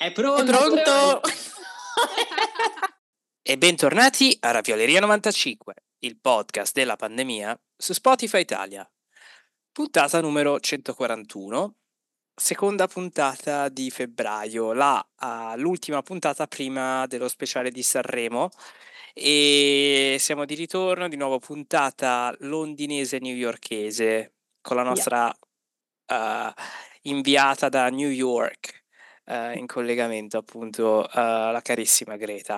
È È pronto? pronto? E bentornati a Ravioleria 95, il podcast della pandemia su Spotify Italia. Puntata numero 141, seconda puntata di febbraio, l'ultima puntata prima dello speciale di Sanremo. E siamo di ritorno, di nuovo puntata londinese newyorkese con la nostra inviata da New York in collegamento, appunto, la carissima Greta.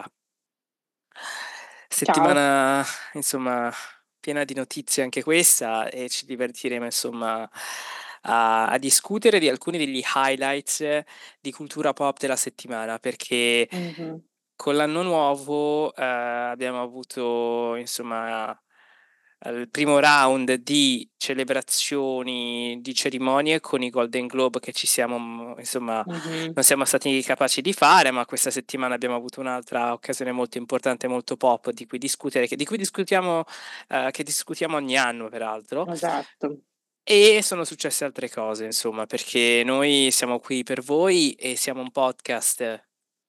Settimana, insomma, piena di notizie anche questa, e ci divertiremo, insomma, a discutere di alcuni degli highlights di cultura pop della settimana, perché con l'anno nuovo abbiamo avuto, insomma, il primo round di celebrazioni, di cerimonie con i Golden Globe che ci siamo, insomma, non siamo stati capaci di fare, ma questa settimana abbiamo avuto un'altra occasione molto importante, molto pop, di cui discutere, di cui discutiamo, che discutiamo ogni anno, peraltro. Esatto. E sono successe altre cose, insomma, perché noi siamo qui per voi e siamo un podcast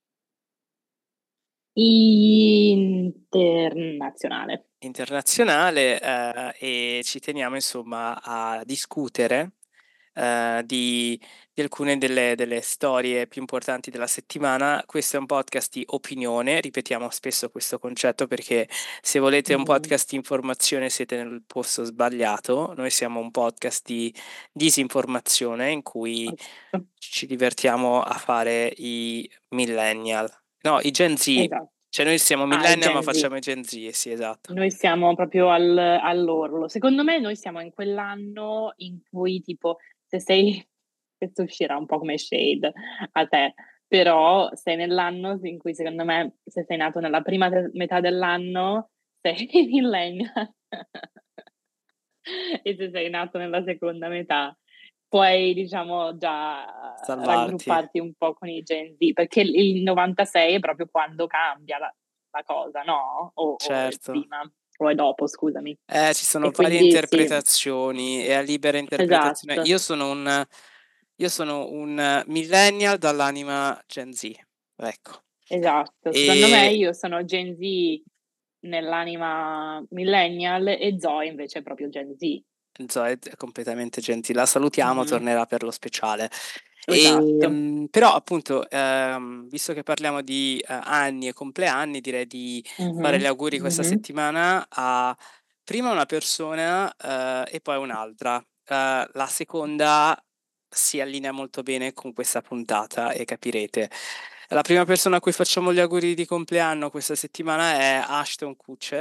Internazionale. e ci teniamo, insomma, a discutere di alcune delle storie più importanti della settimana. Questo è un podcast di opinione, ripetiamo spesso questo concetto perché se volete un podcast di informazione siete nel posto sbagliato. Noi siamo un podcast di disinformazione in cui ci divertiamo a fare i millennial, no, i Gen Z. Esatto. Cioè noi siamo i millennial ma Gen Z. facciamo i Gen Z, sì, esatto. Noi siamo proprio all'orlo. Secondo me noi siamo in quell'anno in cui tipo questo uscirà un po' come shade a te, però sei nell'anno in cui secondo me se sei nato nella prima metà dell'anno sei millennial e se sei nato nella seconda metà puoi, diciamo, già Salvarti. raggrupparti un po' con i Gen Z, perché il 96 è proprio quando cambia la cosa, no? O è Certo. prima, o è dopo, scusami. Ci sono E varie quindi, interpretazioni e a libera interpretazione. Esatto. Io sono un millennial dall'anima Gen Z, ecco. Esatto, secondo me io sono Gen Z nell'anima millennial e Zoe invece è proprio Gen Z. Zoe è completamente Gen Z, la salutiamo, tornerà per lo speciale. Esatto. Però appunto, visto che parliamo di anni e compleanni, direi di fare gli auguri questa settimana a prima una persona e poi un'altra. La seconda si allinea molto bene con questa puntata e capirete. La prima persona a cui facciamo gli auguri di compleanno questa settimana è Ashton Kutcher,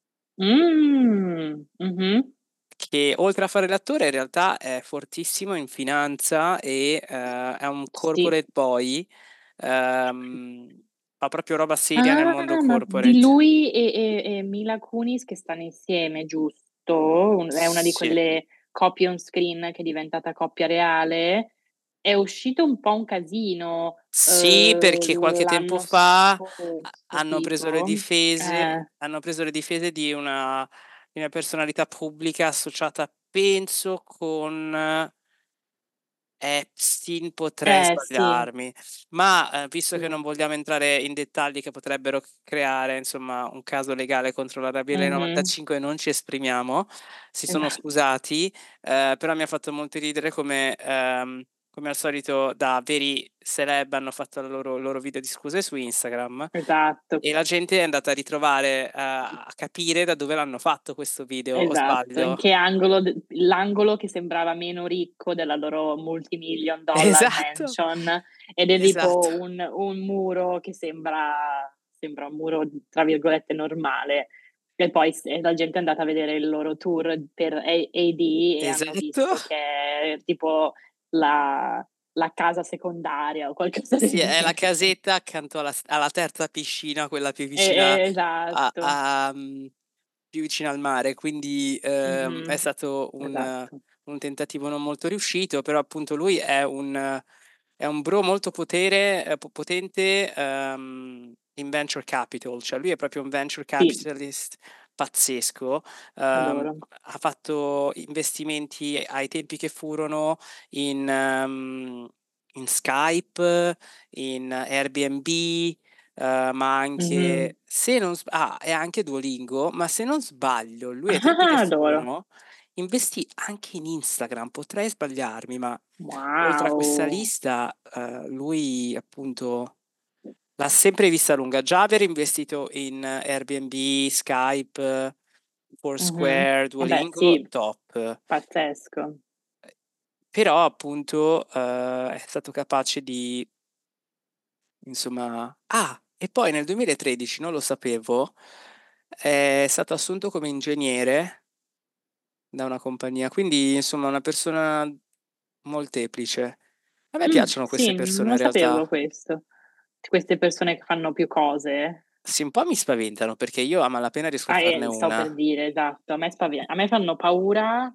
che oltre a fare l'attore in realtà è fortissimo in finanza e è un corporate boy, fa proprio roba seria nel mondo corporate. Di lui e Mila Kunis che stanno insieme, giusto? È una di Sì. quelle coppie on screen che è diventata coppia reale. È uscito un po' un casino. Sì, perché qualche tempo fa hanno preso le tipo. difese di una personalità pubblica associata, penso, con Epstein, potrei Sì. sbagliarmi, ma visto Sì. che non vogliamo entrare in dettagli che potrebbero creare, insomma, un caso legale contro la Ravioleria 95, non ci esprimiamo, si sono scusati, però mi ha fatto molto ridere come al solito da veri celeb hanno fatto il loro video di scuse su Instagram. Esatto. E la gente è andata a ritrovare, a capire da dove l'hanno fatto questo video, o Esatto, sbaglio? in che angolo l'angolo che sembrava meno ricco della loro multimillion dollar Esatto. mansion, ed è Esatto. tipo un muro che sembra un muro tra virgolette normale, e poi la gente è andata a vedere il loro tour per AD e hanno visto Esatto. che è tipo la casa secondaria o qualcosa del Sì, è la genere. casetta accanto alla terza piscina, quella più vicina Esatto. più vicina al mare, quindi è stato Esatto. un tentativo non molto riuscito, però appunto lui è un bro molto potente in venture capital, cioè lui è proprio un venture capitalist pazzesco. Adoro. Ha fatto investimenti ai tempi che furono in in Skype, in Airbnb, ma Mh-mh. anche se non e anche Duolingo, ma se non sbaglio lui ai tempi che Adoro. furono, investì anche in Instagram. Potrei sbagliarmi, ma oltre a questa Wow. lista, lui appunto l'ha sempre vista lunga. Già aver investito in Airbnb, Skype, Mh-mh. Foursquare, Eh beh Duolingo, sì, top. pazzesco. Però appunto, è stato capace di insomma e poi nel 2013, non lo sapevo, è stato assunto come ingegnere da una compagnia, quindi insomma una persona molteplice. A me piacciono Sì, queste non persone lo in sapevo realtà. questo. Queste persone che fanno più cose. Sì, un po' mi spaventano perché io a malapena riesco a farne Stavo per una. dire, esatto. A me fanno paura,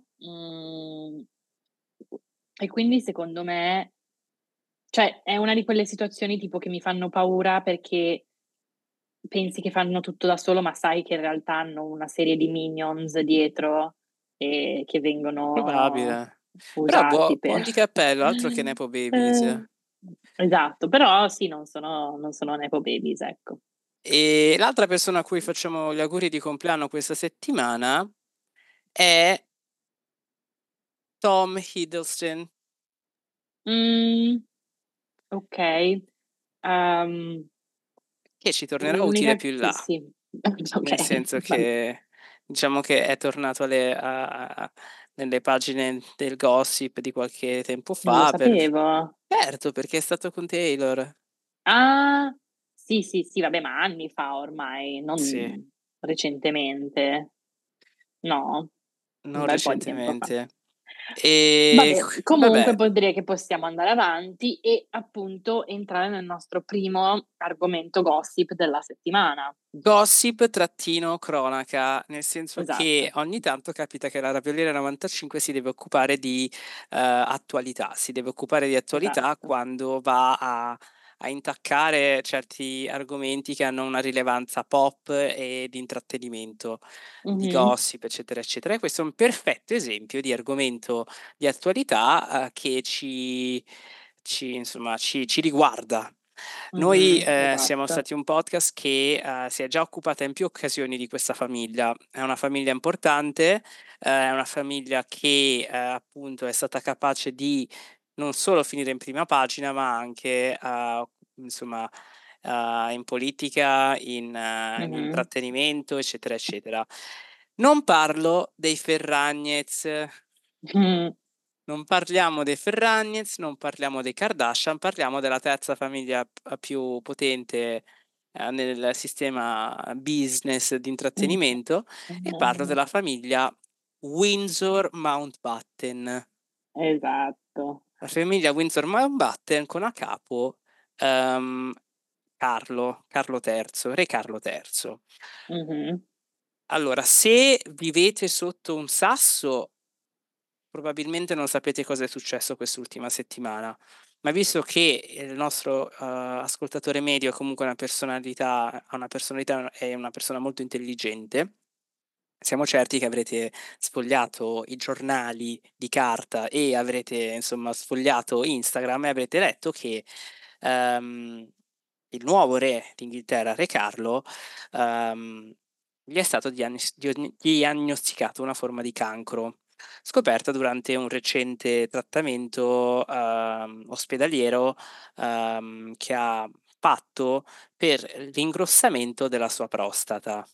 e quindi secondo me cioè è una di quelle situazioni tipo che mi fanno paura perché pensi che fanno tutto da solo, ma sai che in realtà hanno una serie di minions dietro, che vengono Probabile. Però usati per buon di cappello, altro che nepo babies. ehm, esatto, però sì, non sono nepo babies, ecco. E l'altra persona a cui facciamo gli auguri di compleanno questa settimana è Tom Hiddleston, Mhmm, okay. Uhm, che ci tornerà utile l'unica più in che là, sì, nel okay, senso vabbè, che diciamo che è tornato alle nelle pagine del gossip di qualche tempo non lo fa per sapevo. certo, perché è stato con Taylor. Ah, sì, sì, sì, vabbè, ma anni fa ormai, Sì, non recentemente. No? Un non bel po' di tempo fa. recentemente. Vabbè, comunque Vabbè. vuol dire che possiamo andare avanti e appunto entrare nel nostro primo argomento gossip della settimana. Gossip trattino cronaca, nel senso che Esatto, ogni tanto capita che la Ravioliera 95 si deve occupare di, attualità, si deve occupare di attualità esatto. quando va a intaccare certi argomenti che hanno una rilevanza pop e di intrattenimento, di Mh-mh, gossip, eccetera, eccetera. E questo è un perfetto esempio di argomento di attualità, che ci insomma, ci riguarda. Noi, siamo esatto. stati un podcast che, si è già occupata in più occasioni di questa famiglia. È una famiglia importante, è una famiglia che, appunto è stata capace di non solo finire in prima pagina, ma anche, insomma, in politica, in Mh-mh. intrattenimento, eccetera, eccetera. Non parlo dei Ferragnez. Mh. Non parliamo dei Ferragnez, non parliamo dei Kardashian, parliamo della terza famiglia più potente, nel sistema business di intrattenimento e parlo della famiglia Windsor Mountbatten. Esatto. La famiglia Windsor Mountbatten con a capo, ehm, Carlo III, re Carlo III. Mh-mh. Allora, se vivete sotto un sasso probabilmente non sapete cosa è successo quest'ultima settimana, ma visto che il nostro, ascoltatore medio è comunque una personalità è una persona molto intelligente, siamo certi che avrete sfogliato i giornali di carta e avrete insomma sfogliato Instagram e avrete letto che, ehm, il nuovo re d'Inghilterra, Re Carlo, ehm, gli è stato diagnosticato una forma di cancro, scoperta durante un recente trattamento, ospedaliero, che ha fatto per l'ingrossamento della sua prostata.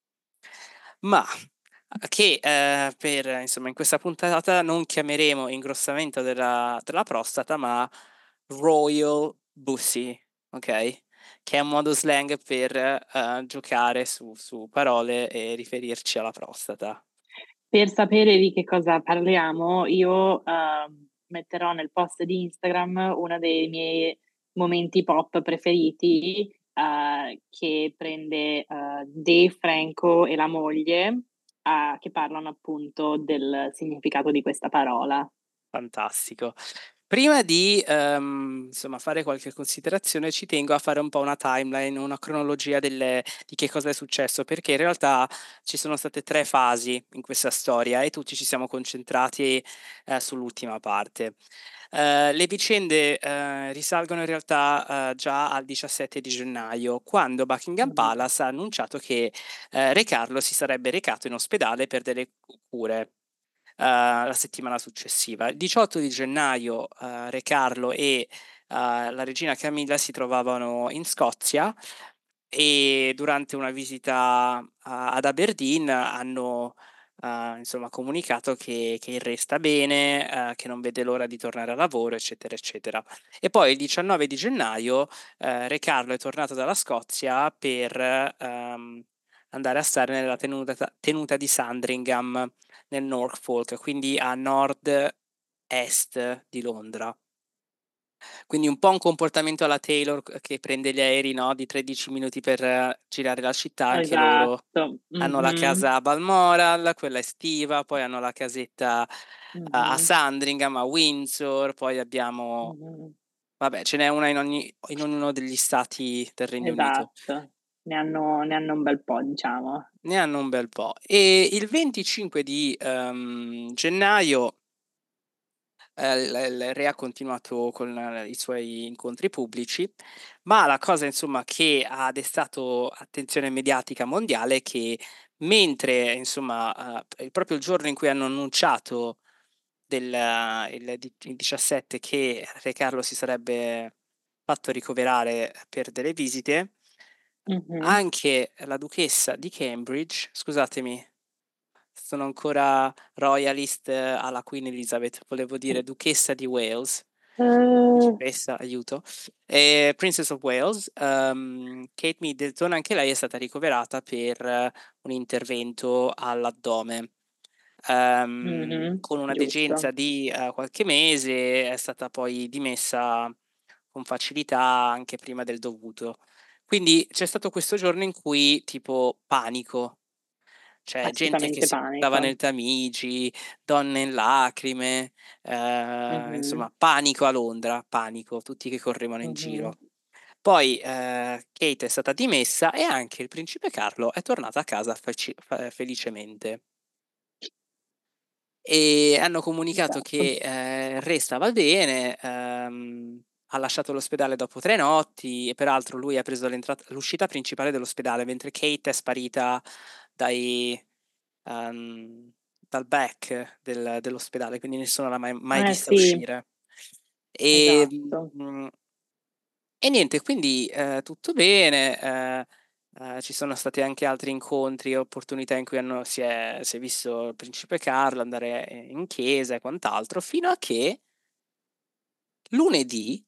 Ma che, per insomma in questa puntata non chiameremo ingrossamento della prostata, ma royal pussy, okay, che è un modo slang per, giocare su parole e riferirci alla prostata. Per sapere di che cosa parliamo, io, metterò nel post di Instagram uno dei miei momenti pop preferiti, che prende, Dave Franco e la moglie, che parlano appunto del significato di questa parola. Fantastico. Prima di, insomma fare qualche considerazione, ci tengo a fare un po' una timeline, una cronologia di che cosa è successo, perché in realtà ci sono state 3 fasi in questa storia e tutti ci siamo concentrati, sull'ultima parte. Le vicende, risalgono in realtà, già al 17 di gennaio, quando Buckingham Mh-mh. Palace ha annunciato che, Re Carlo si sarebbe recato in ospedale per delle cure, la settimana successiva. Il 18 di gennaio, Re Carlo e, la regina Camilla si trovavano in Scozia e durante una visita ad Aberdeen hanno, insomma comunicato che il re sta bene, che non vede l'ora di tornare al lavoro, eccetera, eccetera. E poi il 19 di gennaio, Re Carlo è tornato dalla Scozia per, andare a stare nella tenuta di Sandringham nel Norfolk, quindi a nord-est di Londra. Quindi un po' un comportamento alla Taylor che prende gli aerei, no, di 13 minuti per girare la città, anche loro Esatto. hanno la Mh-mh. casa a Balmoral, quella estiva, poi hanno la casetta a Mh-mh. Sandringham, a Windsor, poi abbiamo Mh-mh. vabbè ce n'è una in ognuno degli stati del Regno Unito. Esatto. Ne hanno un bel po', diciamo. Ne hanno un bel po'. E il 25 di, gennaio il re ha continuato con i suoi incontri pubblici, ma la cosa insomma che ha destato attenzione mediatica mondiale è che mentre insomma, proprio il giorno in cui hanno annunciato il 17 che Re Carlo si sarebbe fatto ricoverare per delle visite, Mh-mh. anche la duchessa di Cambridge, scusatemi, sono ancora royalist alla Queen Elizabeth, volevo dire duchessa di Wales, Uhm, principessa, aiuto, Princess of Wales, Kate Middleton, anche lei è stata ricoverata per un intervento all'addome. mh-mh. Con una degenza Giusto. di, qualche mese, è stata poi dimessa con facilità anche prima del dovuto. Quindi c'è stato questo giorno in cui tipo panico. Cioè gente che Assolutamente si buttava panico. nel Tamigi, donne in lacrime, Mh-mh. insomma panico a Londra, panico, tutti che correvano in Mh-mh. giro. Poi, Kate è stata dimessa e anche il principe Carlo è tornato a casa felicemente. Hanno comunicato Esatto. che, il re stava bene, ha lasciato l'ospedale dopo 3 notti e peraltro lui ha preso l'uscita principale dell'ospedale, mentre Kate è sparita dai dal back dell'ospedale, quindi nessuno l'ha mai Eh vista sì, uscire. esatto. Ehm, e niente, quindi, tutto bene, ci sono stati anche altri incontri e opportunità in cui si è visto il principe Carlo andare, in chiesa e quant'altro, fino a che lunedì,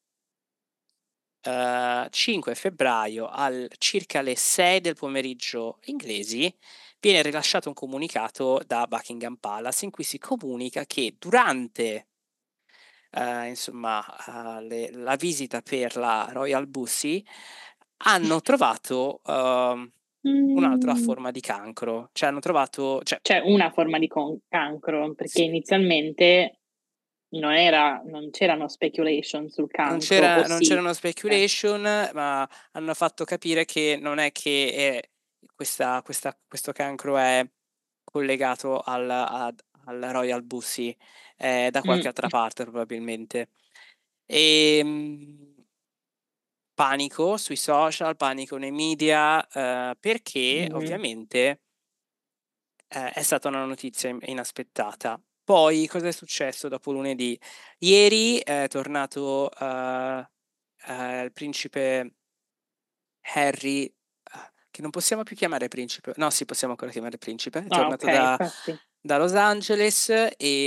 5 febbraio al circa le 6 del pomeriggio inglesi, viene rilasciato un comunicato da Buckingham Palace in cui si comunica che durante, insomma, la visita per la Royal Bussy hanno trovato, un'altra Mhmm, forma di cancro. Cioè hanno trovato cioè c'è una forma di cancro, perché inizialmente non c'erano speculation sul cancro, o Non sì? c'erano speculation, ma hanno fatto capire che non è che, questo cancro è collegato al Royal Bussy, è da qualche Mh. altra parte probabilmente. Ehm, Panico sui social, panico nei media, perché Mh-mh. ovviamente, è stata una notizia inaspettata. Poi cosa è successo dopo lunedì? Ieri è tornato, il principe Harry, che non possiamo più chiamare principe, no sì possiamo ancora chiamare principe, è Ah, tornato okay, infatti. da Los Angeles e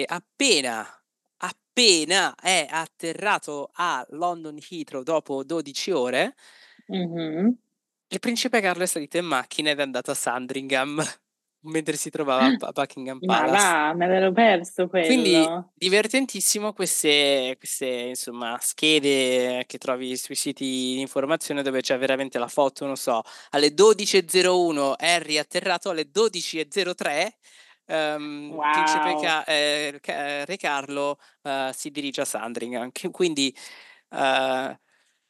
appena è atterrato a London Heathrow dopo 12 ore, Mh-mh. il principe Carlo è salito in macchina ed è andato a Sandringham mentre si trovava a Buckingham Ma Palace. va, me l'ero perso Quindi quello. divertentissimo queste insomma schede che trovi sui siti di informazione dove c'è veramente la foto, non so, alle 12:01 Harry è atterrato, alle 12:03, principe Wow. Re Carlo, si dirige a Sandringham, che ehm,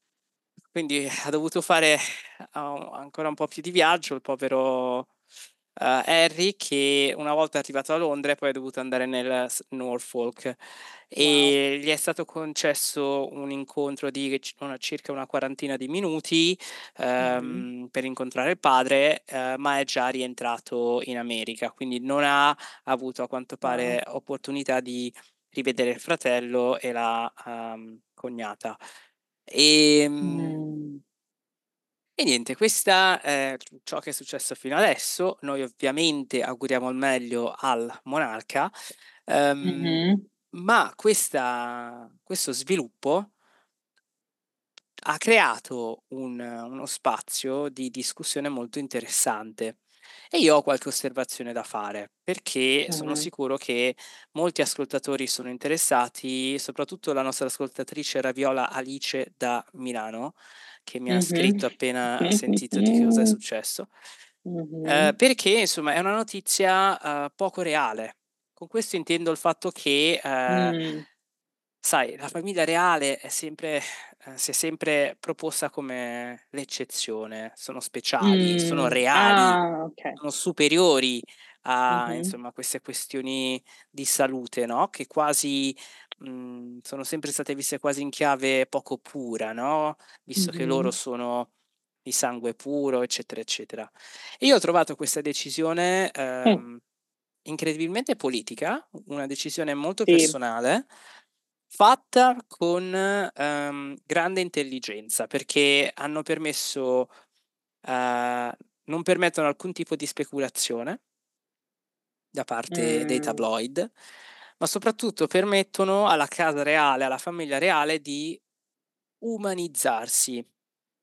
quindi ha dovuto fare ancora un po' più di viaggio il povero Harry, che una volta arrivato a Londra poi è dovuto andare nel Norfolk, Wow. e gli è stato concesso un incontro di circa una quarantina di minuti, Mh-mh. per incontrare il padre, ma è già rientrato in America, quindi non ha avuto a quanto Wow. pare opportunità di rivedere il fratello e la, cognata. Ehm Mh. e niente, questa è ciò che è successo fino adesso. Noi ovviamente auguriamo il meglio al monarca, ehm, Mh-mh. ma questo sviluppo ha creato uno spazio di discussione molto interessante, e io ho qualche osservazione da fare, perché sono Mh-mh. sicuro che molti ascoltatori sono interessati, soprattutto la nostra ascoltatrice Raviola Alice da Milano, che mi ha Mh-mh. scritto appena ha sentito di che cosa è successo, Mh-mh. perché insomma è una notizia, poco reale. Con questo intendo il fatto che, Mh. sai, la famiglia reale è sempre si è sempre proposta come l'eccezione, sono speciali, sono reali, Ah, okay. sono superiori a, Mh-mh. insomma, queste questioni di salute, no, che quasi sono sempre state viste quasi in chiave poco pura, no, visto che loro Mh-mh. sono di sangue puro, eccetera, eccetera. E io ho trovato questa decisione, incredibilmente politica, una decisione molto Sì. personale, fatta con, grande intelligenza, perché hanno permesso ehm, non permettono alcun tipo di speculazione da parte dei Mh. tabloid, ma soprattutto permettono alla casa reale, alla famiglia reale di umanizzarsi,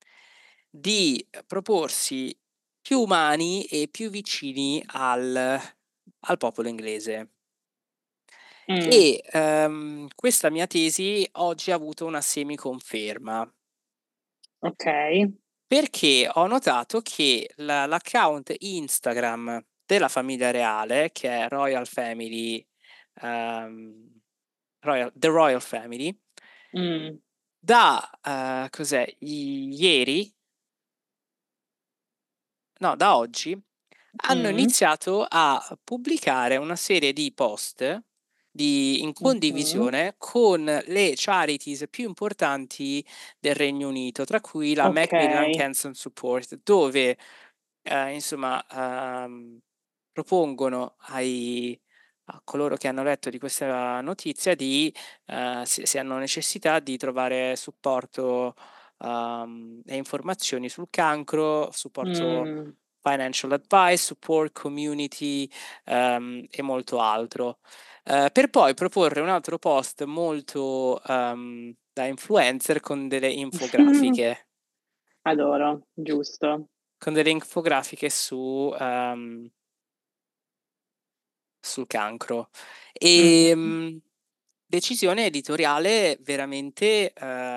di proporsi più umani e più vicini al popolo inglese. Mh. E, questa mia tesi oggi ha avuto una semiconferma, Okay. perché ho notato che l'account Instagram della famiglia reale, che è Royal Family, The Royal Family, Mh. da, cos'è, ieri, no, da oggi, hanno Mh. iniziato a pubblicare una serie di post in Mh-mh. condivisione con le charities più importanti del Regno Unito, tra cui la Macmillan Okay. Cancer Support, dove, insomma, propongono a coloro che hanno letto di questa notizia di, se hanno necessità, di trovare supporto, e informazioni sul cancro, supporto Mh. financial advice, support community, e molto altro. Per poi proporre un altro post molto, da influencer con delle infografiche. Adoro, giusto. Con delle infografiche sul cancro. Mh-mh. Ehm, Decisione editoriale veramente,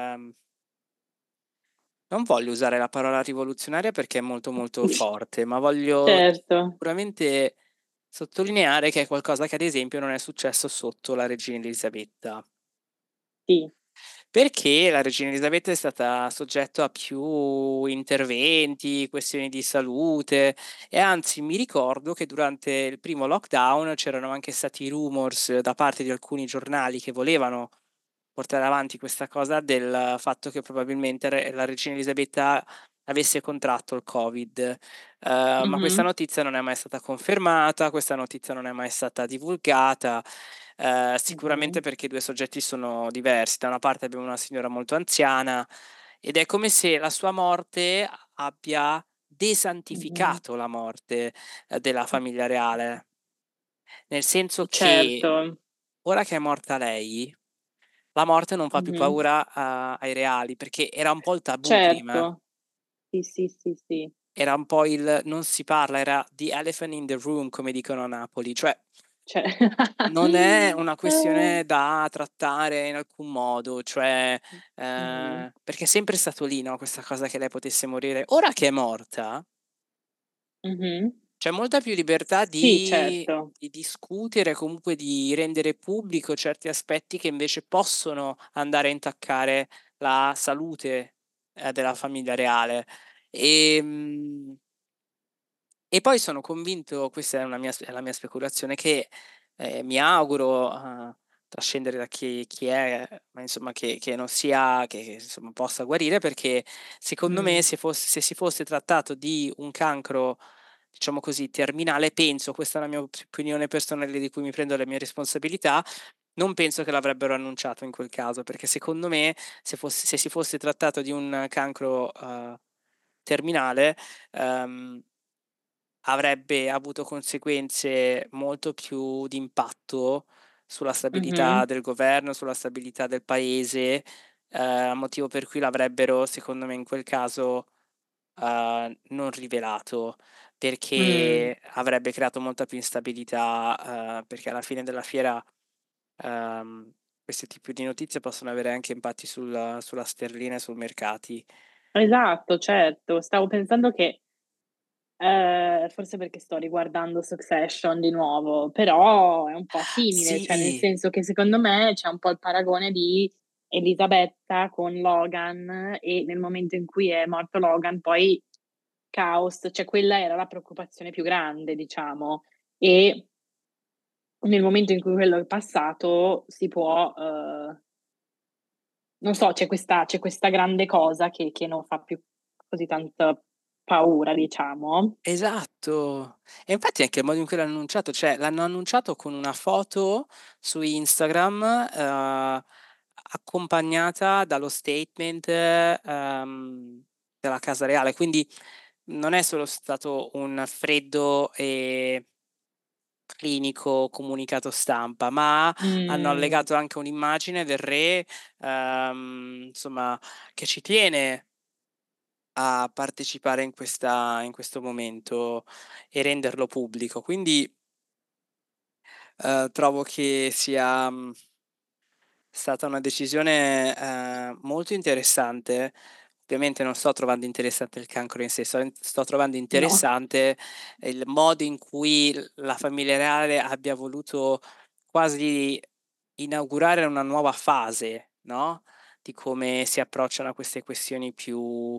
non voglio usare la parola rivoluzionaria perché è molto, molto forte, ma voglio Certo, sicuramente sottolineare che è qualcosa che ad esempio non è successo sotto la regina Elisabetta. sì. Perché la regina Elisabetta è stata soggetto a più interventi, questioni di salute, e anzi mi ricordo che durante il primo lockdown c'erano anche stati rumors da parte di alcuni giornali che volevano portare avanti questa cosa del fatto che probabilmente la regina Elisabetta avesse contratto il Covid, ma questa Mh-mh. notizia non è mai stata confermata, questa notizia non è mai stata divulgata, Mh-mh. sicuramente perché i 2 soggetti sono diversi. Da una parte abbiamo una signora molto anziana ed è come se la sua morte abbia Mh-mh. desantificato la morte, della famiglia reale, nel senso che Certo. ora che è morta lei, la morte non fa più Mh-mh. paura ai reali, perché era un po' il tabù prima. Certo. Sì, sì, sì, sì. Era un po' il non si parla, era the elephant in the room, come dicono a Napoli, cioè Cioè non è una questione da trattare in alcun modo, cioè, Mh-mh. perché è sempre stato lì, no, questa cosa che lei potesse morire. Ora che è morta, Mh-mh. c'è molta più libertà Sì, certo. di discutere, comunque di rendere pubblico certi aspetti che invece possono andare a intaccare la salute, della famiglia reale. Ehm E poi sono convinto, questa è la mia speculazione, che, mi auguro, trascendere da chi è, ma insomma che non sia che insomma possa guarire, perché secondo me Mh. se si fosse trattato di un cancro, diciamo così, terminale, penso, questa è la mia opinione personale di cui mi prendo le mie responsabilità, non penso che l'avrebbero annunciato in quel caso, perché secondo me se si fosse trattato di un cancro, terminale, ehm avrebbe avuto conseguenze molto più d'impatto sulla Mh-mh. stabilità del governo, sulla stabilità del paese, motivo per cui l'avrebbero, secondo me in quel caso, non rivelato, Mh. perché avrebbe creato molta più instabilità, perché alla fine della fiera, ehm, questi tipi di notizie possono avere anche impatti sulla sterlina e sul mercati. Esatto, certo. Stavo pensando che, forse perché sto riguardando Succession di nuovo, però è un po' simile, cioè nel Sì, senso che secondo me c'è un po' il paragone di Elisabetta con Logan e nel momento in cui è morto Logan poi caos, cioè quella era la preoccupazione più grande, diciamo. E nel momento in cui quello è passato si può, non so, c'è questa grande cosa che non fa più così tanta paura, diciamo. esatto. E infatti anche il modo in cui l'hanno annunciato, cioè l'hanno annunciato con una foto su Instagram, accompagnata dallo statement, della casa reale. Quindi non è solo stato un freddo e clinico comunicato stampa, ma hanno Mh, allegato anche un'immagine del re, insomma, che ci tiene a partecipare in questo momento e renderlo pubblico. Quindi, trovo che sia, stata una decisione, molto interessante. Ovviamente non sto trovando interessante il cancro in sé, sto trovando no. interessante il modo in cui la famiglia reale abbia voluto quasi inaugurare una nuova fase, no, di come si approcciano a queste questioni più,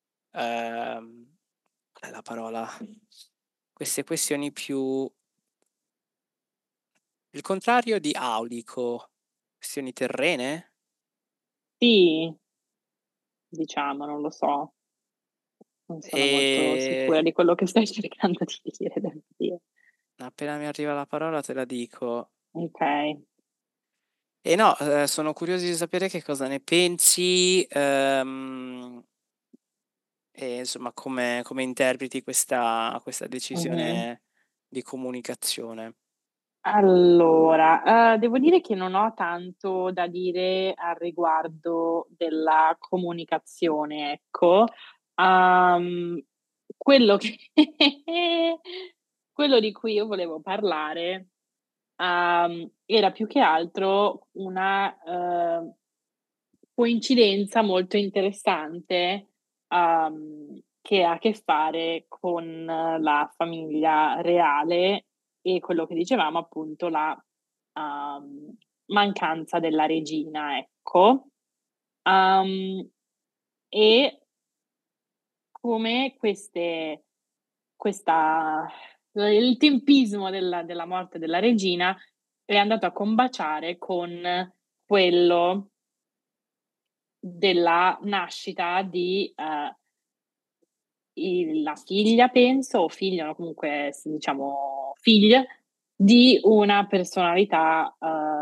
qual è la parola? Queste questioni più il contrario di aulico, questioni terrene? Sì, diciamo, non lo so. Non sono molto Ehm, sicura di quello che stai cercando di dire, devo dire. appena mi arriva la parola te la dico. Okay. E no, sono curioso di sapere che cosa ne pensi, e insomma come interpreti questa Mh-mh. decisione di comunicazione. Allora, devo dire che non ho tanto da dire al riguardo della comunicazione, ecco. Uhm, quello che quello di cui io volevo parlare, era più che altro una, coincidenza molto interessante, che ha a che fare con la famiglia reale e quello che dicevamo appunto mancanza della regina, ecco. Uhm, e come questa il tempismo della morte della regina è andato a combaciare con quello della nascita di, la figlia penso, o figlio, no, comunque diciamo figlia, di una personalità,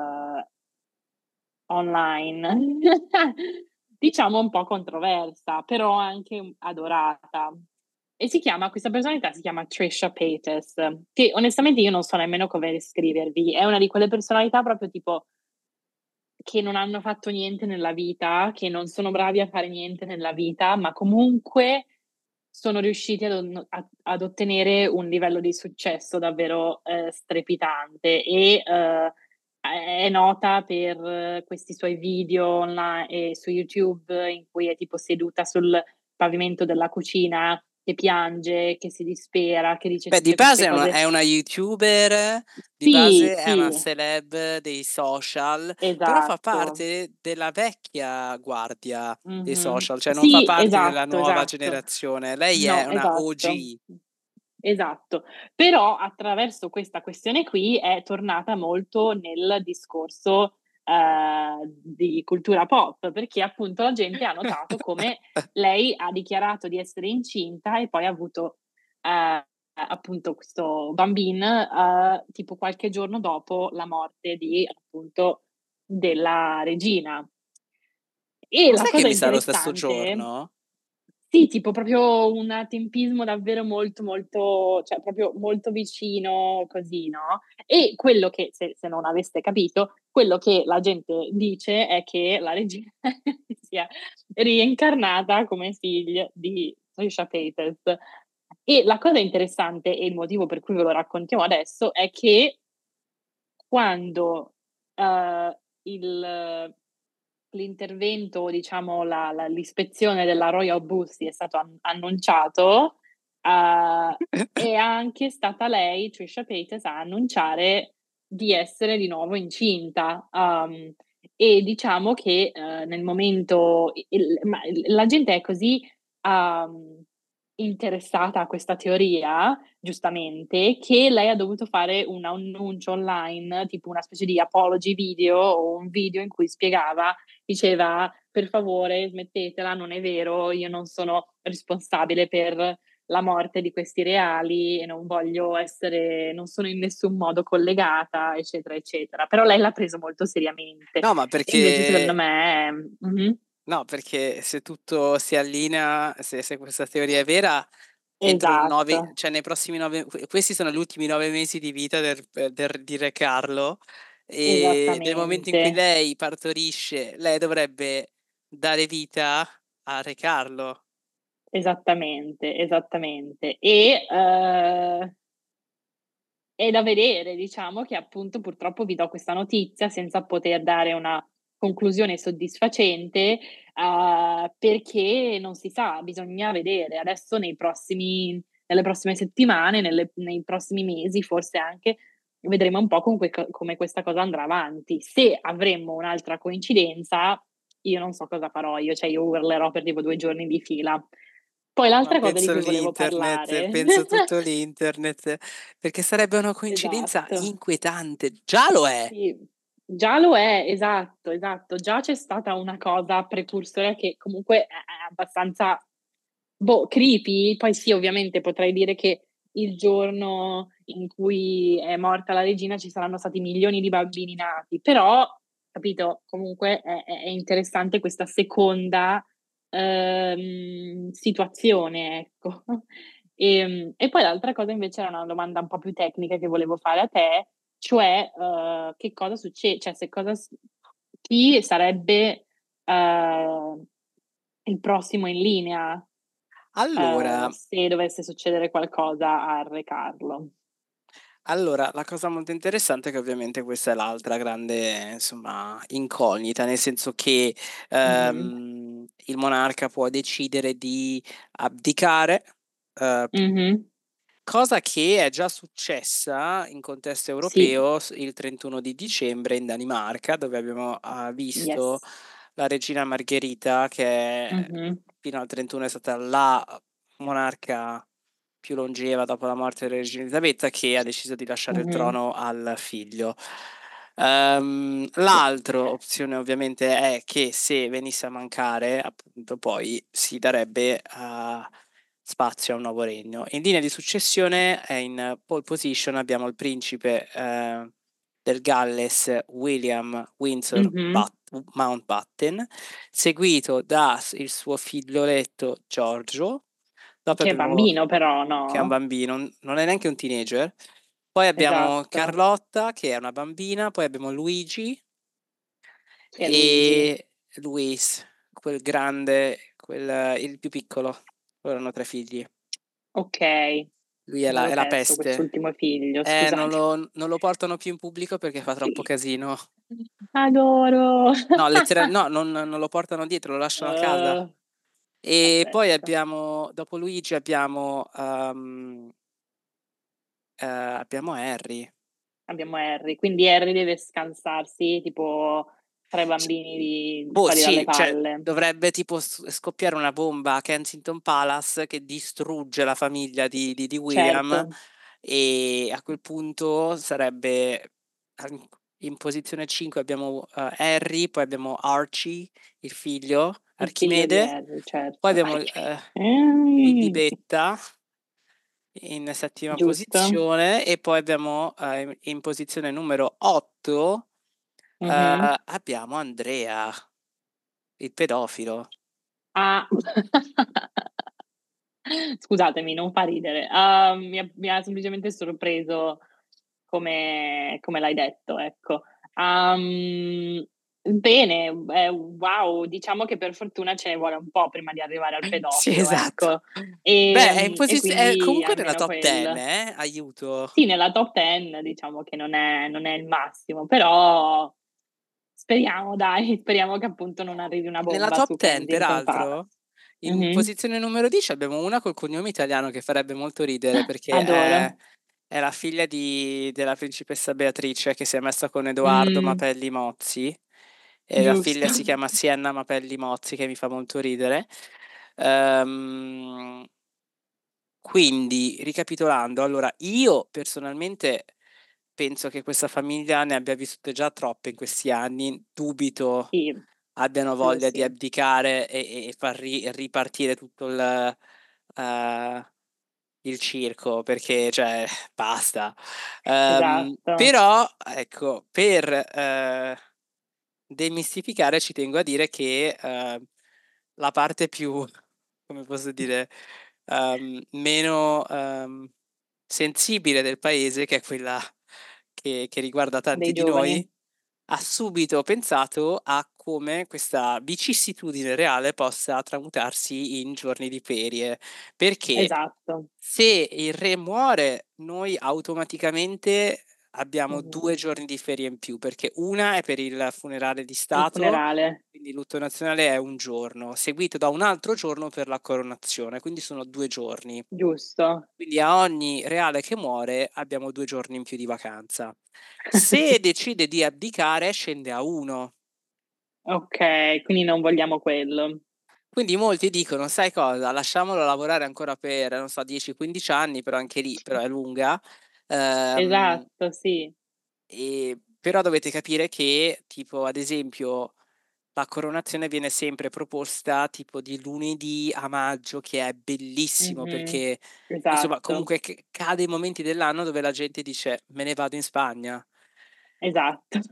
online, diciamo un po' controversa, però anche, adorata. E questa personalità si chiama Trisha Paytas, che onestamente io non so nemmeno come descrivervi. È una di quelle personalità proprio tipo che non hanno fatto niente nella vita, che non sono bravi a fare niente nella vita, ma comunque sono riusciti ad ottenere un livello di successo davvero, strepitante e, è nota per questi suoi video su YouTube in cui è tipo seduta sul pavimento della cucina che piange, che si dispera, che dice Beh, di tutte base queste cose. è una youtuber, di Sì, base è una sì, celeb dei social, però fa esatto. parte della vecchia guardia dei Mh-mh. social, cioè non fa Sì, parte della esatto, nuova esatto. generazione. Lei è No, una esatto. OG. esatto. Però attraverso questa questione qui è tornata molto nel discorso, di cultura pop, perché appunto la gente ha notato come lei ha dichiarato di essere incinta e poi ha avuto, appunto questo tipo qualche giorno dopo la morte di appunto della regina. E la Cos'è che cosa mi sa lo stesso interessante giorno? sì, tipo proprio un tempismo davvero molto, molto cioè proprio molto vicino così, no, e quello che se non aveste capito, quello che la gente dice è che la regina sia reincarnata come figlia di Trisha Paytas. E la cosa interessante e il motivo per cui ve lo raccontiamo adesso è che quando, il l'intervento, diciamo l'ispezione della Royal Busti è stato annunciato, uhm, è anche stata lei, Trisha Paytas, a annunciare di essere di nuovo incinta. E diciamo che, nel momento la gente è così, uhm, interessata a questa teoria, giustamente, che lei ha dovuto fare un annuncio online, tipo una specie di apology video o un video in cui spiegava diceva: "Per favore smettetela, non è vero, io non sono responsabile per la morte di questi reali e non sono in nessun modo collegata", eccetera, eccetera. Però lei l'ha preso molto seriamente. No, ma E invece secondo perché me mh-mh, no, perché se tutto si allinea, se questa teoria è vera, entro 9 esatto, cioè nei prossimi 9 questi sono gli ultimi 9 mesi di vita di re Carlo, nel momento in cui esattamente, lei partorisce, lei dovrebbe dare vita a re Carlo. esattamente, esattamente. È da vedere, diciamo che appunto purtroppo vi do questa notizia senza poter dare una conclusione soddisfacente, perché non si sa, bisogna vedere. Adesso nelle prossime settimane, nei prossimi mesi forse anche, vedremo un po' come questa cosa andrà avanti. Se avremmo un'altra coincidenza, io non so cosa farò io, cioè io urlerò per tipo 2 giorni di fila. Poi Ma l'altra cosa di penso cui volevo l'internet, parlare penso tutto l'internet, perché sarebbe una coincidenza esatto. inquietante. Già lo è! Sì, già lo è, esatto, esatto. Già c'è stata una cosa precursora che comunque è abbastanza, boh, creepy. Poi sì, ovviamente potrei dire che il giorno in cui è morta la regina ci saranno stati milioni di bambini nati, però, capito, comunque è interessante questa seconda, situazione, ecco. E poi l'altra cosa invece era una domanda un po' più tecnica che volevo fare a te, cioè, che cosa cioè se cosa chi sarebbe, uhm, il prossimo in linea, Allora se dovesse succedere qualcosa a Re Carlo. Allora, la cosa molto interessante è che ovviamente questa è l'altra grande, insomma, incognita, nel senso che, Mh-mh. il monarca può decidere di abdicare, uhm, Mh-mh. cosa che è già successa in contesto Sì. europeo il 31 di dicembre in Danimarca, dove abbiamo, visto Yes. la regina Margherita che Mh-mh. fino al 31 è stata la monarca più longeva dopo la morte della regina Elisabetta, che ha deciso di lasciare il Mh-mh. trono al figlio. Sì. L'altro opzione ovviamente è che se venisse a mancare, appunto, poi si darebbe, spazio a un nuovo regno. In linea di successione, in pole position abbiamo il principe, del Galles William Windsor Mh-mh. Mountbatten, seguito da il suo figlioletto Giorgio, dopo Che è abbiamo bambino però, che è un no? bambino, non è neanche un teenager. Poi abbiamo Esatto. Carlotta che è una bambina, poi abbiamo Luigi Chi è Luigi? e Luis, quel grande, il più piccolo. Loro hanno 3 figli. Okay, Lui me l'ero è la perso peste. quest'ultimo figlio, scusate. Non lo portano più in pubblico perché fa troppo casino. Adoro. No, no, non lo portano dietro, lo lasciano a casa. Uhm, E poi pazzesco. abbiamo dopo Luigi abbiamo Harry. Abbiamo Harry, quindi Harry deve scansarsi tipo 3 bambini Boh, fuori dalle sì, cioè palle. dovrebbe tipo scoppiare una bomba a Kensington Palace che distrugge la famiglia di William, Certo, e a quel punto sarebbe an in posizione 5 abbiamo, Harry, poi abbiamo Archie, il figlio, il figlio di Archimede, Harry, poi certo. abbiamo, Archie Lily Betta in settima giusto. posizione, e poi abbiamo, in posizione numero 8, Mh-mh. abbiamo Andrea, il pedofilo. Ah. Scusatemi, non fa ridere. Mi ha semplicemente sorpreso come l'hai detto, ecco. Uhm, bene, wow, diciamo che per fortuna ce ne vuole un po' prima di arrivare al Sì, pedofilo, esatto. ecco. Beh, E è quindi comunque nella almeno top 10, quel aiuto. sì, nella top 10 diciamo che non è il massimo, però speriamo dai, speriamo che appunto non arrivi una Nella bomba top su 10 Kensington Palace. peraltro, in Mh-mh. posizione numero 10 abbiamo una col cognome italiano che farebbe molto ridere, perché è Adoro. la figlia della principessa Beatrice che si è messa con Edoardo Mh, Mapelli Mozzi, e la giusto. figlia si chiama Sienna Mapelli Mozzi, che mi fa molto ridere. Ehm Quindi, ricapitolando, allora io personalmente penso che questa famiglia ne abbia vissute già troppe in questi anni, dubito Sì, abbiano quello voglia di sì. abdicare e far ripartire tutto ehm, il circo, perché cioè basta. Esatto. Però ecco, per, demistificare ci tengo a dire che, la parte più, come posso dire, meno, sensibile del paese, che è quella che riguarda Dei tanti di giovani. noi, ha subito pensato a come questa vicissitudine reale possa tramutarsi in giorni di ferie, perché Esatto. se il re muore, noi automaticamente abbiamo 2 Mh-mh. giorni di ferie in più, perché una è per il funerale di Il stato, funerale, quindi il lutto nazionale è 1 giorno, seguito da un altro giorno per la coronazione, quindi sono 2 giorni. giusto. Quindi a ogni reale che muore abbiamo 2 giorni in più di vacanza. Se decide di abdicare scende a 1. Okay, quindi non vogliamo quello. Quindi molti dicono: "Sai cosa? Lasciamolo lavorare ancora per, non so, 10, 15 anni", però anche lì però è lunga. Ehm, Esatto, sì. Però dovete capire che, tipo, ad esempio, la coronazione viene sempre proposta tipo di lunedì a maggio, che è bellissimo Mh-mh. perché, insomma, Esatto, comunque cade in momenti dell'anno dove la gente dice: "Me ne vado in Spagna". esatto.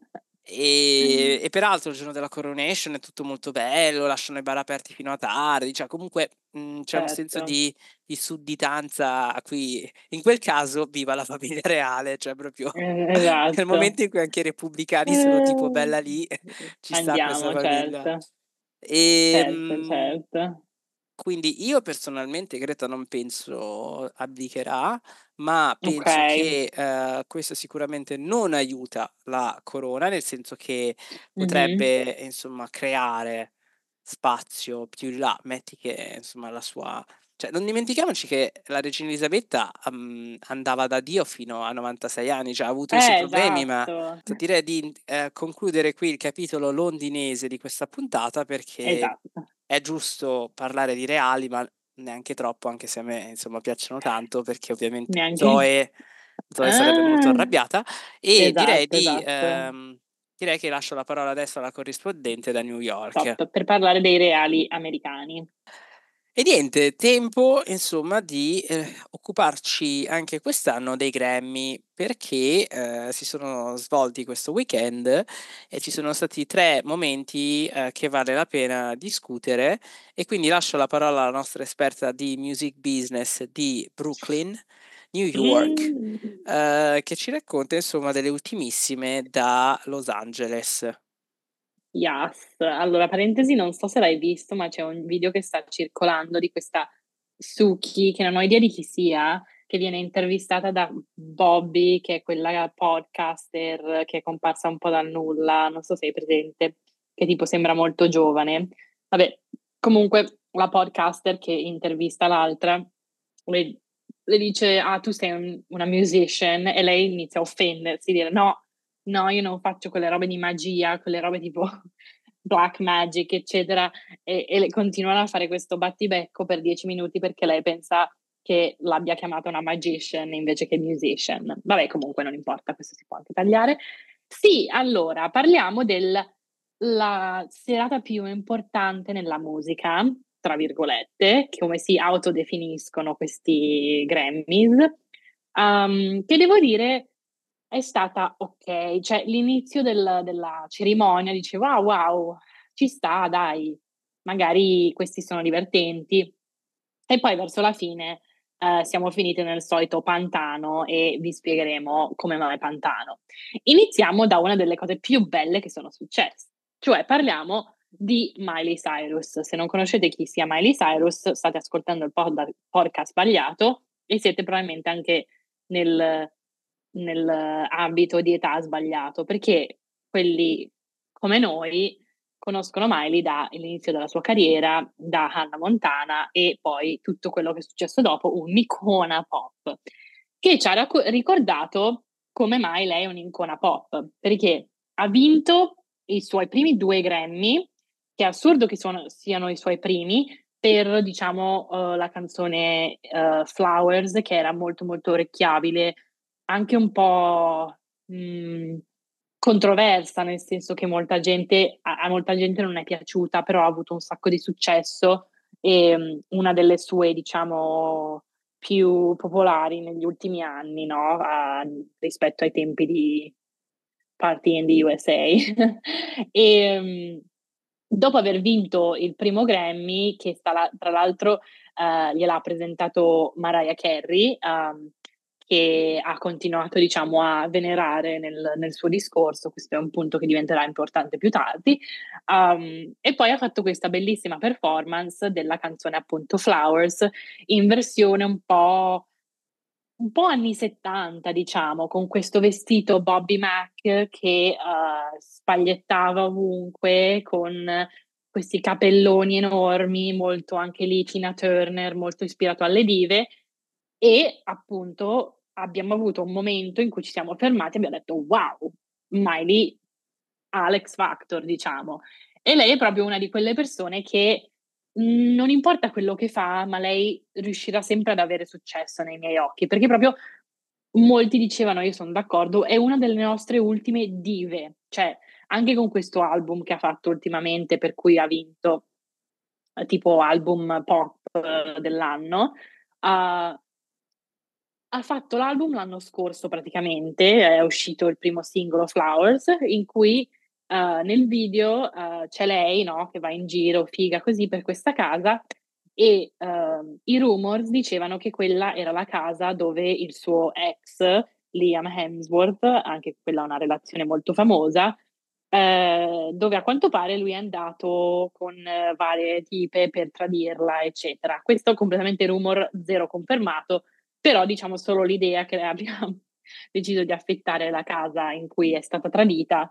E peraltro il giorno della coronation è tutto molto bello, lasciano i bar aperti fino a tardi, cioè comunque, c'è un senso Certo. di sudditanza a cui in quel caso viva la famiglia reale, cioè proprio nel Esatto. momento in cui anche i repubblicani sono tipo: Ehm, "Bella lì, ci sta questa Andiamo, famiglia". certo. Certo, Ehm certo. quindi io personalmente Greta non penso abdicherà, ma penso Okay. che, questo sicuramente non aiuta la corona, nel senso che Mh-mh. potrebbe, insomma, creare spazio più in là. Metti che, insomma, la sua, cioè non dimentichiamoci che la regina Elisabetta, andava da Dio fino a 96 anni, cioè ha avuto i suoi problemi, ma Esatto. direi di, concludere qui il capitolo londinese di questa puntata, perché Esatto. è giusto parlare di reali, ma neanche troppo, anche se a me, insomma, piacciono tanto, perché ovviamente Neanche Zoe sarebbe molto ah! arrabbiata, e Esatto, esatto. direi che lascio la parola adesso alla corrispondente da New York. Top, per parlare dei reali americani. E niente, tempo insomma di, occuparci anche quest'anno dei Grammy, perché, si sono svolti questo weekend e ci sono stati 3 momenti, che vale la pena discutere, e quindi lascio la parola alla nostra esperta di music business di Brooklyn, New York, Mh. che ci racconta insomma delle ultimissime da Los Angeles. Yes. Allora, parentesi, non so se l'hai visto, ma c'è un video che sta circolando di questa Suki, che non ho idea di chi sia, che viene intervistata da Bobby, che è quella podcaster che è comparsa un po' dal nulla, non so se hai presente, che tipo sembra molto giovane. Vabbè, comunque la podcaster che intervista l'altra le dice: "Ah, tu sei una musician", e lei inizia a offendersi, dire: "No, no, io non faccio quelle robe di magia, quelle robe tipo black magic, eccetera, e le continuano a fare questo battibecco per 10 minuti perché lei pensa che l'abbia chiamata una magician invece che musician. Vabbè, comunque non importa, questo si può anche tagliare. Sì, allora parliamo la serata più importante nella musica, tra virgolette, come si autodefiniscono questi Grammys, che devo dire è stata okay, cioè l'inizio della cerimonia dicevo: "Ah wow, ci sta dai, magari questi sono divertenti". E poi verso la fine, siamo finite nel solito pantano e vi spiegheremo come mai pantano. Iniziamo da una delle cose più belle che sono successe, cioè parliamo di Miley Cyrus. Se non conoscete chi sia Miley Cyrus, state ascoltando il podcast sbagliato e siete probabilmente anche nel ambito di età sbagliato, perché quelli come noi conoscono Miley dall'inizio della sua carriera, da Hannah Montana e poi tutto quello che è successo dopo, un'icona pop, che ci ha ricordato come mai lei è un'icona pop, perché ha vinto i suoi primi 2 Grammy, che è assurdo che siano i suoi primi, per diciamo, la canzone, Flowers, che era molto, molto orecchiabile, anche un po', controversa, nel senso che molta gente non è piaciuta, però ha avuto un sacco di successo, una delle sue, diciamo, più popolari negli ultimi anni, no, rispetto ai tempi di Party in the USA. Ehm, Dopo aver vinto il primo Grammy, che tra l'altro, gliel'ha presentato Mariah Carey, che ha continuato diciamo a venerare nel suo discorso, questo è un punto che diventerà importante più tardi, e poi ha fatto questa bellissima performance della canzone appunto Flowers, in versione un po' anni '70 diciamo, con questo vestito Bobby Mac che, spagliettava ovunque, con questi capelloni enormi, molto anche lì Tina Turner, molto ispirato alle dive e appunto abbiamo avuto un momento in cui ci siamo fermati e abbiamo detto: "Wow, Miley ha l'X Factor", diciamo. E lei è proprio una di quelle persone che, non importa quello che fa, ma lei riuscirà sempre ad avere successo nei miei occhi, perché proprio molti dicevano, io son d'accordo, è una delle nostre ultime dive. Cioè, anche con questo album che ha fatto ultimamente, per cui ha vinto, tipo album pop dell'anno, ha ha fatto l'album l'anno scorso praticamente, è uscito il primo singolo Flowers, in cui, nel video, c'è lei, no, che va in giro figa così per questa casa e, i rumors dicevano che quella era la casa dove il suo ex, Liam Hemsworth, anche quella una relazione molto famosa, dove a quanto pare lui è andato con varie tipe per tradirla, eccetera. Questo completamente rumor, zero confermato, però diciamo solo l'idea che lei abbia deciso di affittare la casa in cui è stata tradita,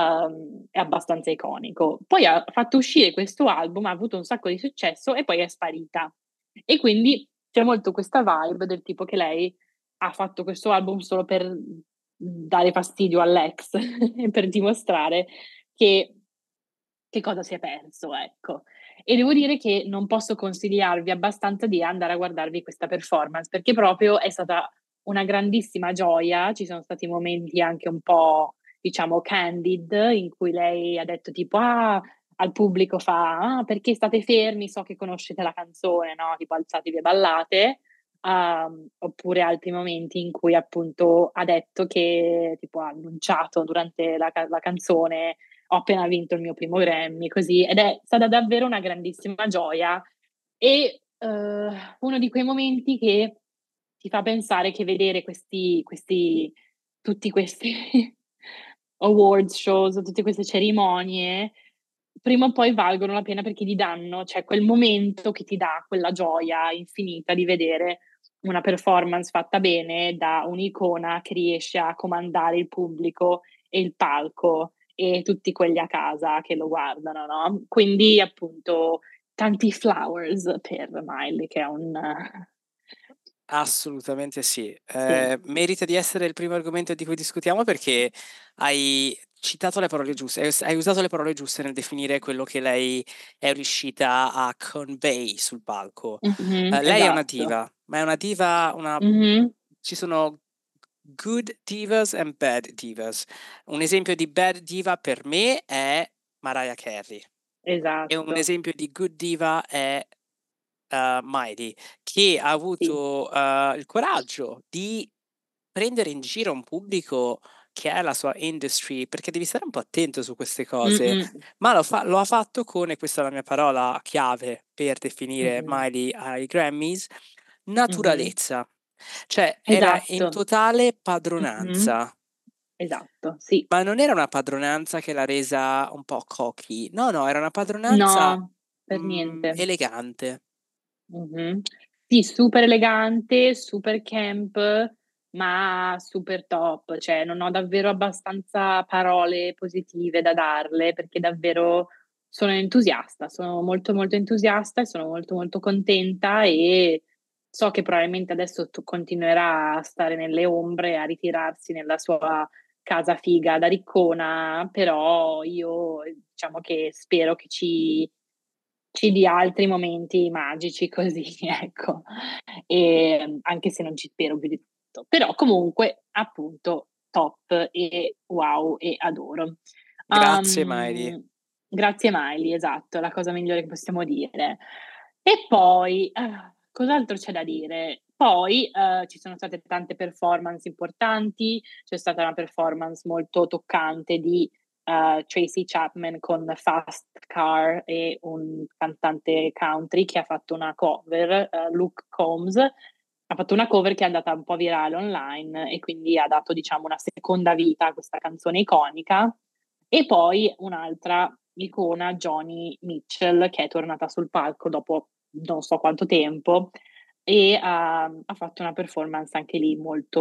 è abbastanza iconico. Poi ha fatto uscire questo album, ha avuto un sacco di successo e poi è sparita. E quindi c'è molto questa vibe del tipo che lei ha fatto questo album solo per dare fastidio all'ex e per dimostrare che cosa si è perso, ecco. E devo dire che non posso consigliarvi abbastanza di andare a guardarvi questa performance, perché proprio è stata una grandissima gioia. Ci sono stati momenti anche un po', diciamo, candid, in cui lei ha detto tipo: "Ah", al pubblico fa: "Ah, perché state fermi? So che conoscete la canzone", no, tipo alzatevi e ballate. Oppure altri momenti in cui appunto ha detto che tipo ha annunciato durante la canzone: "Ho appena vinto il mio primo Grammy", così, ed è stata davvero una grandissima gioia e, uno di quei momenti che ti fa pensare che vedere tutti questi awards shows, tutte queste cerimonie, prima o poi valgono la pena perché ti danno cioè quel momento che ti dà quella gioia infinita di vedere una performance fatta bene da un'icona che riesce a comandare il pubblico e il palco e tutti quelli a casa che lo guardano, no, quindi appunto tanti flowers per Miley che è un Assolutamente sì. Sì. Merita di essere il primo argomento di cui discutiamo perché hai citato le parole giuste, hai usato le parole giuste nel definire quello che lei è riuscita a convey sul palco. Mh-mh, Lei è una esatto. diva, ma è una diva una Mh-mh, ci sono good divas and bad divas. Un esempio di bad diva per me è Mariah Carey e un esatto. esempio di good diva è Miley, che ha Sì. avuto, il coraggio di prendere in giro un pubblico che è la sua industry, perché devi stare un po' attento su queste cose, Mh-mh, ma lo ha fatto con, e questa è la mia parola chiave per definire mh-mh, Miley ai Grammys, mh-mh. naturalezza. Cioè era in Esatto. totale Mh-mh. padronanza, Esatto, sì. ma non era una padronanza che l'ha resa un po' cocky, no, no, era una padronanza, No, per niente. elegante. Mh-mh. Sì, super elegante, super camp, ma super top. Cioè, non ho davvero abbastanza parole positive da darle, perché davvero sono entusiasta, sono molto, molto entusiasta e sono molto, molto contenta e so che probabilmente adesso continuerà a stare nelle ombre, a ritirarsi nella sua casa figa da riccona, però io, diciamo che spero che ci dia altri momenti magici così, ecco. Anche se non ci spero più di tanto. Però comunque, appunto, top e wow e adoro. Grazie Miley. Uhm, Grazie Miley, esatto, è la cosa migliore che possiamo dire. E poi, cos'altro c'è da dire? Poi, ci sono state tante performance importanti, c'è stata una performance molto toccante di Tracy Chapman con Fast Car e un cantante country che ha fatto una cover, Luke Combs, ha fatto una cover che è andata un po' virale online e quindi ha dato, diciamo, una seconda vita a questa canzone iconica. E poi un'altra icona, Joni Mitchell, che è tornata sul palco dopo non so quanto tempo e ha fatto una performance anche lì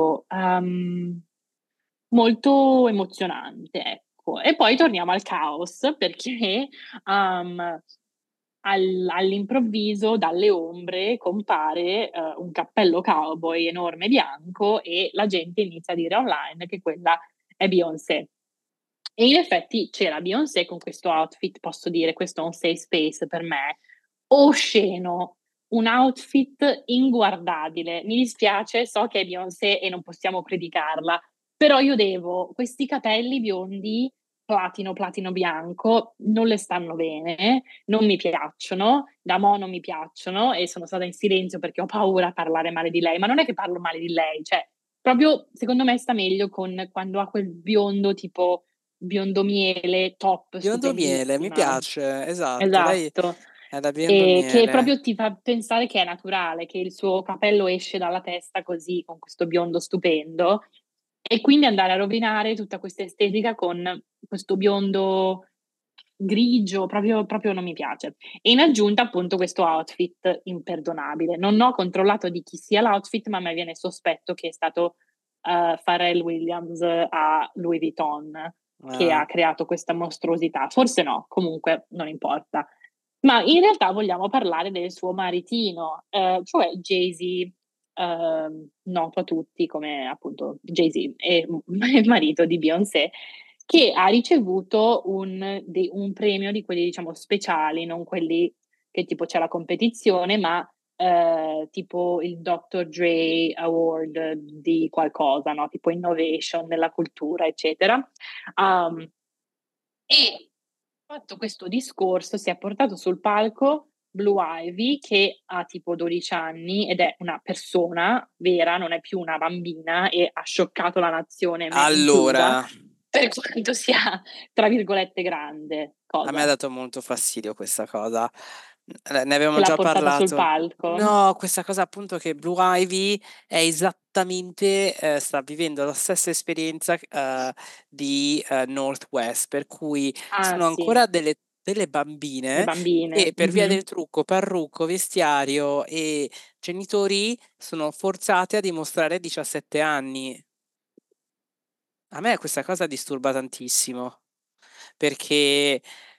molto emozionante, ecco. E poi torniamo al caos perché, uhm, all'improvviso dalle ombre compare, un cappello cowboy enorme bianco e la gente inizia a dire online che quella è Beyoncé. E in effetti c'era Beyoncé con questo outfit, posso dire, questo è un safe space per me, osceno, un outfit inguardabile. Mi dispiace, so che è Beyoncé e non possiamo criticarla, però io devo questi capelli biondi, platino, platino bianco, non le stanno bene, non mi piacciono, da mo' non mi piacciono e sono stata in silenzio perché ho paura a parlare male di lei, ma non è che parlo male di lei, cioè proprio secondo me sta meglio con quando ha quel biondo tipo biondo miele, top, Biondo miele, mi stupendissima. piace, esatto, lei Esatto. è da biondo Che miele. proprio ti fa pensare che è naturale, che il suo capello esce dalla testa così, con questo biondo stupendo, e quindi andare a rovinare tutta questa estetica con questo biondo grigio, proprio non mi piace. E in aggiunta appunto questo outfit imperdonabile. Non ho controllato di chi sia l'outfit, ma a me viene sospetto che è stato, Pharrell Williams a Louis Vuitton che Ah, ha creato questa mostruosità. Forse no, comunque non importa. Ma in realtà vogliamo parlare del suo maritino, cioè Jay-Z, noto a tutti come appunto Jay-Z e il marito di Beyoncé, che ha ricevuto un premio di quelli diciamo speciali, non quelli che tipo c'è la competizione, ma, tipo il Dr. Dre Award di qualcosa, no, tipo innovation nella cultura, eccetera. Um, e fatto questo discorso, si è portato sul palco Blue Ivy, che ha tipo 12 anni ed è una persona vera, non è più una bambina e ha scioccato la nazione, me inclusa, allora, per quanto sia, tra virgolette, "grande". a me ha Cosa? dato molto fastidio questa cosa. Ne Che avevamo l'ha già portata sul parlato. palco? No, questa cosa appunto che Blue Ivy è esattamente sta vivendo la stessa esperienza, di, North West, per cui Ah sono sì, ancora delle le bambine bambine. che per via Mh-mh. del trucco, parrucco, vestiario e genitori sono forzate a dimostrare 17 anni. A me questa cosa disturba tantissimo, perché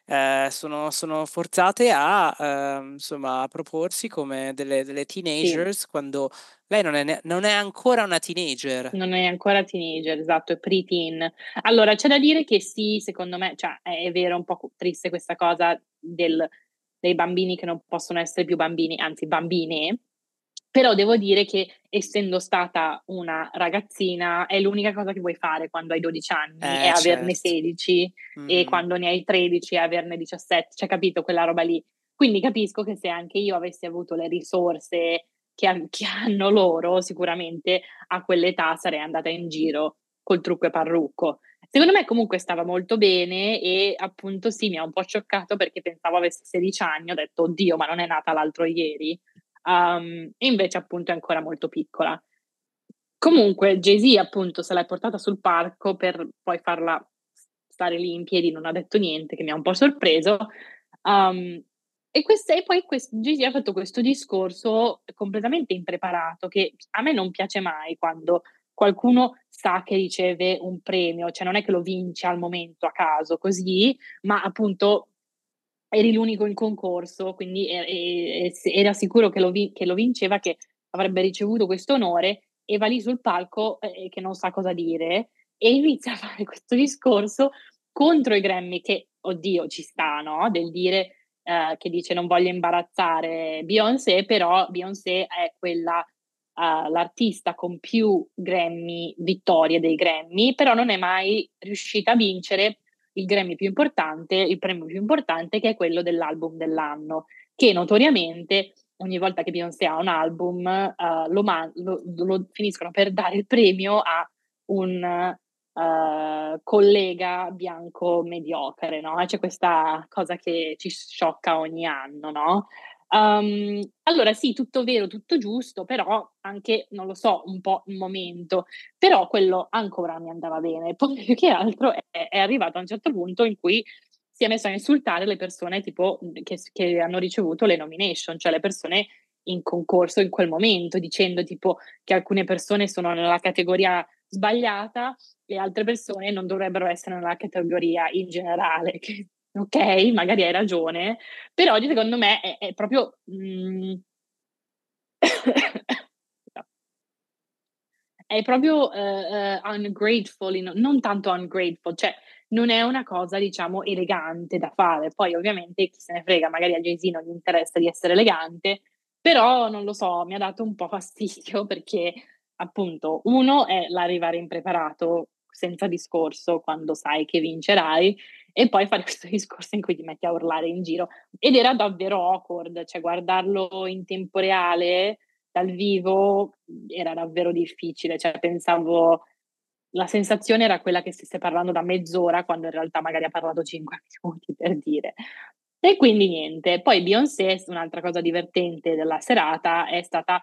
sono forzate a, insomma, a proporsi come delle Sì. teenagers quando lei non è ancora una teenager. Non è ancora teenager, esatto, è pre-teen. Allora, c'è da dire che sì, secondo me, cioè è vero, è un po' triste questa cosa dei bambini che non possono essere più bambini, anzi bambine, però devo dire che essendo stata una ragazzina è l'unica cosa che vuoi fare quando hai 12 anni è averne Certo. 16 e Mh-mh. quando ne hai 13 è averne 17, cioè capito quella roba lì. Quindi capisco che se anche io avessi avuto le risorse che hanno loro, sicuramente a quell'età sarei andata in giro col trucco e parrucco. Secondo me comunque stava molto bene e appunto sì, mi ha un po' scioccato perché pensavo avesse 16 anni, ho detto: "Oddio, ma non è nata l'altro ieri?" E invece appunto è ancora molto piccola. Comunque Jay-Z appunto se l'è portata sul palco per poi farla stare lì in piedi, non ha detto niente, che mi ha un po' sorpreso. Uhm, e poi Jay-Z ha fatto questo discorso completamente impreparato, che a me non piace mai quando qualcuno sa che riceve un premio, cioè non è che lo vince al momento a caso così, ma appunto eri l'unico in concorso, quindi era sicuro che lo vinceva, che avrebbe ricevuto questo onore e va lì sul palco, che non sa cosa dire e inizia a fare questo discorso contro i Grammy che, oddio, ci sta, no, del dire che dice: "Non voglio imbarazzare Beyoncé", però Beyoncé è quella l'artista con più Grammy vittorie dei Grammy, però non è mai riuscita a vincere il premio più importante che è quello dell'album dell'anno, che notoriamente ogni volta che Beyoncé ha un album, lo finiscono per dare il premio a un, collega bianco mediocre, no, e c'è questa cosa che ci sciocca ogni anno, no. Allora sì, tutto vero, tutto giusto, però anche, non lo so, un po' un momento. Però quello ancora mi andava bene. Poi più che altro è arrivato a un certo punto in cui si è messo a insultare le persone tipo, che hanno ricevuto le nomination, cioè le persone in concorso in quel momento, dicendo tipo che alcune persone sono nella categoria sbagliata e altre persone non dovrebbero essere nella categoria in generale, che okay, magari hai ragione, però secondo me è proprio, è proprio, ungrateful, non tanto ungrateful, cioè non è una cosa diciamo elegante da fare. Poi ovviamente chi se ne frega, magari a Jay-Z non gli interessa di essere elegante, però non lo so, mi ha dato un po' fastidio perché appunto, uno è l'arrivare impreparato senza discorso quando sai che vincerai e poi fare questo discorso in cui ti metti a urlare in giro. Ed era davvero awkward, cioè guardarlo in tempo reale dal vivo, era davvero difficile, cioè pensavo la sensazione era quella che stesse parlando da mezz'ora, quando in realtà magari ha parlato 5 minuti, per dire. E quindi niente. Poi Beyoncé, un'altra cosa divertente della serata è stata,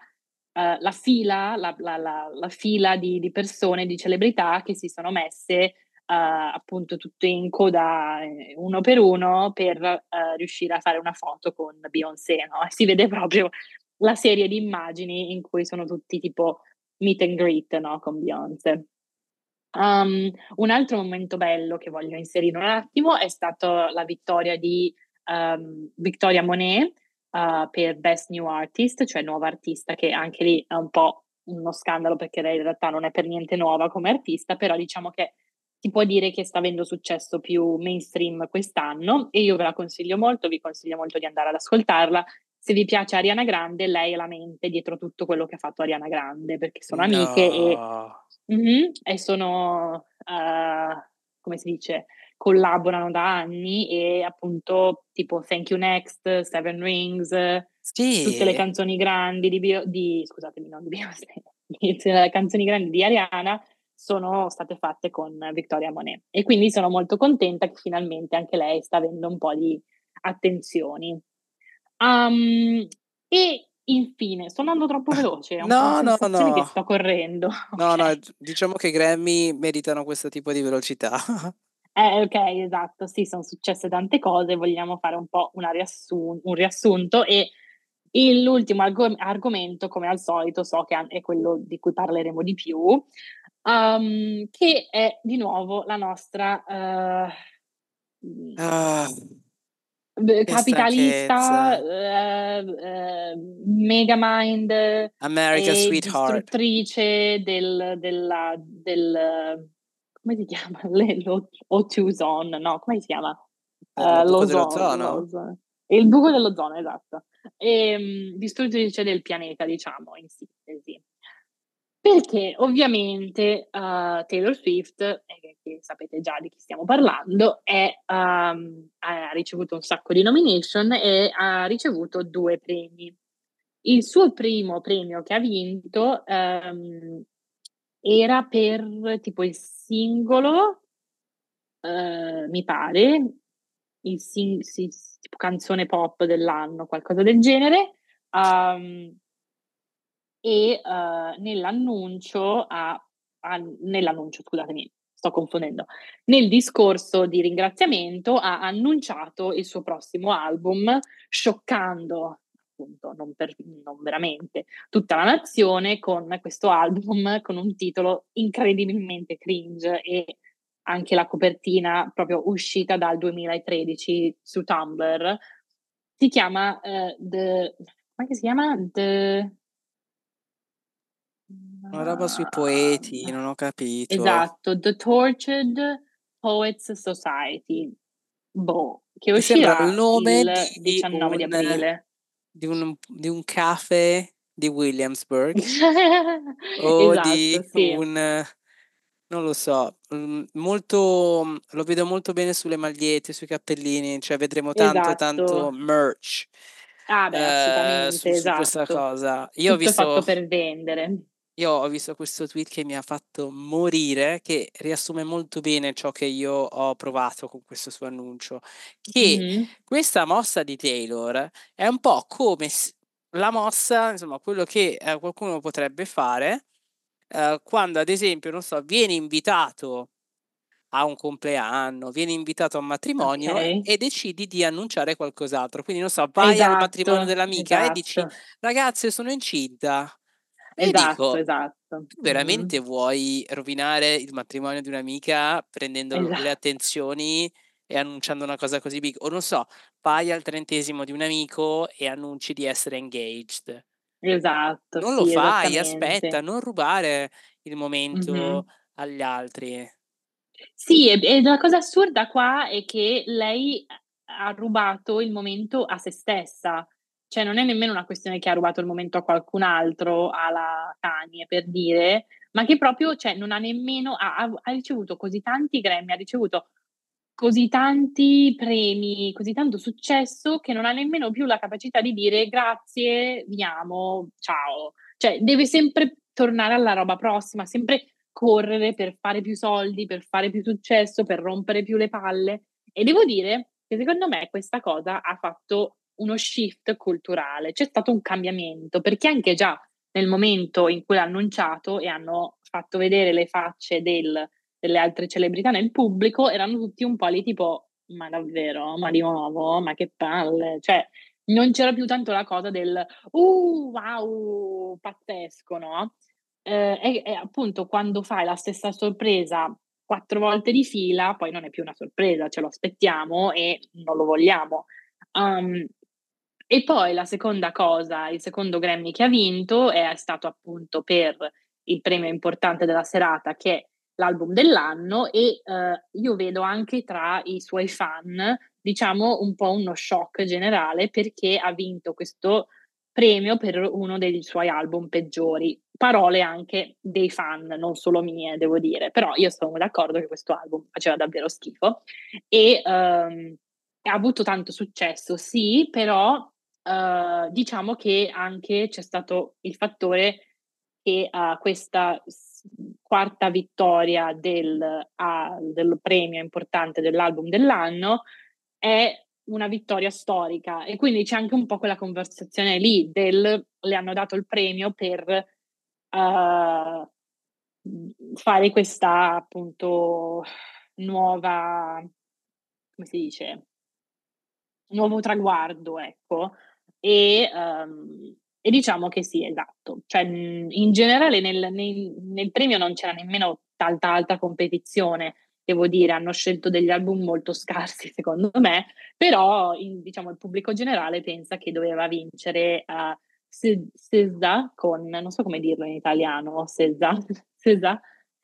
la fila di persone, di celebrità che si sono messe, appunto tutte in coda, uno per uno per, riuscire a fare una foto con Beyoncé, no, e si vede proprio la serie di immagini in cui sono tutti tipo meet and greet, no, con Beyoncé. Un altro momento bello che voglio inserire un attimo è stato la vittoria di, Victoria Monet, per Best New Artist, cioè nuova artista, che anche lì è un po' uno scandalo perché lei in realtà non è per niente nuova come artista, però diciamo che si può dire che sta avendo successo più mainstream quest'anno e io ve la consiglio molto, vi consiglio molto di andare ad ascoltarla. Se vi piace Ariana Grande, lei è la mente dietro tutto quello che ha fatto Ariana Grande, perché sono amiche No. e sono, come si dice, collaborano da anni e appunto tipo Thank You Next, Seven Rings, tutte le Sì? canzoni grandi di scusatemi, non di Beyoncé, le canzoni grandi di Ariana sono state fatte con Victoria Monet e quindi sono molto contenta che finalmente anche lei sta avendo un po' di attenzioni. Uhm, e infine sto andando troppo veloce, ho un po' la No, no, sensazione che no. sto correndo, No, no, okay. diciamo che i Grammy meritano questo tipo di velocità. Okay, esatto, sì, son successe tante cose, vogliamo fare un po' un riassunto e l'ultimo argomento, come al solito, so che è quello di cui parleremo di più, che è di nuovo la nostra, mhmm Ah. Che capitalista, stanchezza. Megamind American e Sweetheart. distruttrice come si chiama? O2 Zone, no, come si chiama? Il buco dell'ozono? L'ozono. Il buco dell'ozono, esatto. Distruttrice del pianeta, diciamo, in sintesi. Perché ovviamente Taylor Swift, che sapete già di chi stiamo parlando, ha ricevuto un sacco di nomination e ha ricevuto 2 premi. Il suo primo premio che ha vinto era per tipo il singolo, mi pare, tipo canzone pop dell'anno, qualcosa del genere. Um, nell'annuncio, scusatemi, sto confondendo. Nel discorso di ringraziamento ha annunciato il suo prossimo album, scioccando, appunto, non veramente, tutta la nazione con questo album con un titolo incredibilmente cringe e anche la copertina proprio uscita dal 2013 su Tumblr. Si chiama, come si chiama? Una roba sui Ah, poeti, non ho capito. esatto, The Tortured Poets Society, che Mi sembra il uscirà nome il 19 di aprile. di un cafe di Williamsburg o di Esatto, sì, un non lo so, molto lo vedo molto bene sulle magliette, sui cappellini, cioè vedremo tanto esatto. merch, Ah beh, assolutamente, su questa esatto. cosa. Tutto fatto per vendere. Io ho visto questo tweet che mi ha fatto morire, che riassume molto bene ciò che io ho provato con questo suo annuncio, che Mh-mh. questa mossa di Taylor è un po' come la mossa, insomma, quello che qualcuno potrebbe fare quando, ad esempio, non so, viene invitato a un compleanno, vieni invitato a un matrimonio Okay. e decidi di annunciare qualcos'altro. Quindi, non so, vai al matrimonio Esatto, dell'amica e dici: esatto. "Ragazze, sono incinta". E io Esatto, dico: esatto. "Tu veramente vuoi rovinare il matrimonio di un'amica prendendo le Esa attenzioni e annunciando una cosa così big?" O non so, vai al 30° di un amico e annunci di essere engaged. esatto, Non lo sì, fai, aspetta, esattamente. non rubare il Mh-mh. momento agli altri. Sì, e la cosa assurda qua è che lei ha rubato il momento a se stessa. Cioè, non è nemmeno una questione che ha rubato il momento a qualcun altro, alla Kanye per dire, ma che proprio cioè non ha nemmeno ha ricevuto così tanti Grammy, ha ricevuto così tanti premi, così tanto successo, che non ha nemmeno più la capacità di dire: "Grazie, vi amo, ciao". Cioè, deve sempre tornare alla roba prossima, sempre correre per fare più soldi, per fare più successo, per rompere più le palle. E devo dire che secondo me questa cosa ha fatto uno shift culturale, c'è stato un cambiamento, perché anche già nel momento in cui l'ha annunciato e hanno fatto vedere le facce delle altre celebrità nel pubblico, erano tutti un po' lì tipo: "Ma davvero? Ma di nuovo? Ma che palle!" Cioè, non c'era più tanto la cosa del: wow, pazzesco", no, e appunto quando fai la stessa sorpresa 4 volte di fila, poi non è più una sorpresa, ce lo aspettiamo e non lo vogliamo. Uhm, e poi la seconda cosa, il secondo Grammy che ha vinto è stato appunto per il premio importante della serata che è l'album dell'anno e, io vedo anche tra i suoi fan, diciamo, un po' uno shock generale perché ha vinto questo premio per uno dei suoi album peggiori. Parole anche dei fan, non solo mie devo dire, però io sono d'accordo che questo album faceva davvero schifo e, ha avuto tanto successo, sì, però, diciamo che anche c'è stato il fattore che a questa quarta vittoria del premio importante dell'album dell'anno è una vittoria storica e quindi c'è anche un po' quella conversazione lì le hanno dato il premio per, fare questa appunto nuova come si dice? Nuovo traguardo, ecco. E diciamo che sì, esatto. Cioè, in generale nel premio non c'era nemmeno tanta alta competizione. devo dire, hanno scelto degli album molto scarsi secondo me, però diciamo il pubblico generale pensa che doveva vincere SZA con, non so come dirlo in italiano, SZA, SZA,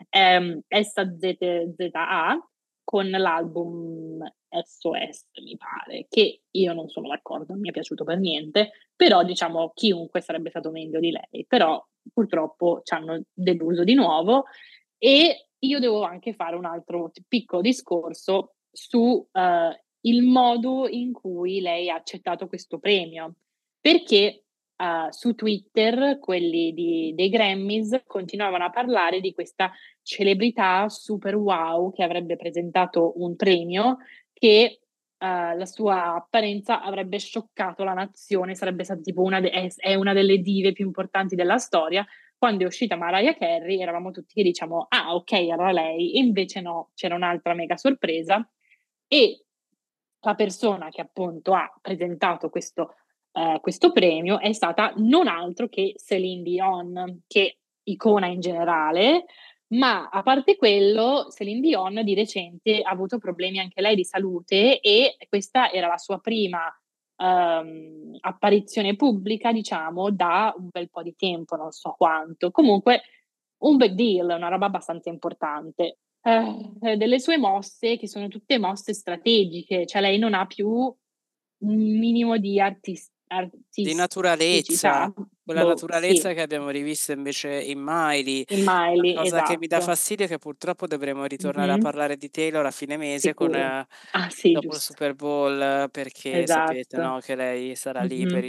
SZA con l'album SOS, mi pare, che io non sono d'accordo, non mi è piaciuto per niente, però diciamo chiunque sarebbe stato meglio di lei, però purtroppo ci hanno deluso di nuovo e io devo anche fare un altro piccolo discorso su il modo in cui lei ha accettato questo premio, perché su Twitter quelli dei Grammys continuavano a parlare di questa celebrità super wow che avrebbe presentato un premio che la sua apparenza avrebbe scioccato la nazione, sarebbe stata tipo è una delle dive più importanti della storia. Quando è uscita Mariah Carey eravamo tutti che diciamo: "Ah okay, era lei", e invece no, c'era un'altra mega sorpresa e la persona che appunto ha presentato questo premio è stata non altro che Céline Dion, che icona in generale, ma a parte quello Céline Dion di recente ha avuto problemi anche lei di salute e questa era la sua prima, apparizione pubblica, diciamo, da un bel po' di tempo, non so quanto. Comunque un big deal, una roba abbastanza importante. Delle sue mosse che sono tutte mosse strategiche, cioè lei non ha più un minimo di Di artisticità. naturalezza, quella Boh, sì, naturalezza che abbiamo rivisto invece in Miley. il La Miley, cosa che mi dà esatto. fastidio è che purtroppo dovremo ritornare a Mh-mh. parlare di Taylor a fine mese con Sicuro. Ah sì, dopo il giusto. Super Bowl, perché sapete, Esatto. no, che lei sarà lì Mh-mh.